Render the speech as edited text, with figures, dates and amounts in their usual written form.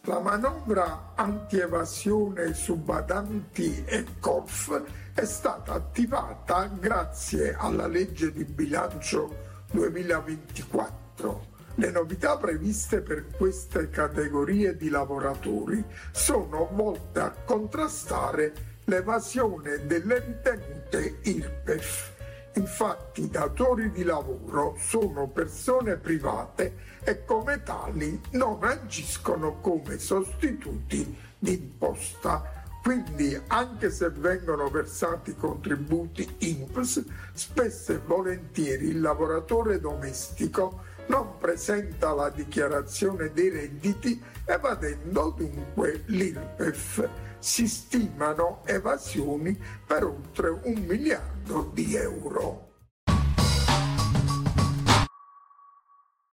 La manovra anti-evasione su badanti e COF è stata attivata grazie alla legge di bilancio 2024. Le novità previste per queste categorie di lavoratori sono volte a contrastare l'evasione delle ritenute IRPEF. Infatti i datori di lavoro sono persone private e come tali non agiscono come sostituti di imposta. Quindi anche se vengono versati contributi INPS, spesso e volentieri il lavoratore domestico non presenta la dichiarazione dei redditi, evadendo dunque l'IRPEF. Si stimano evasioni per oltre 1 miliardo di euro.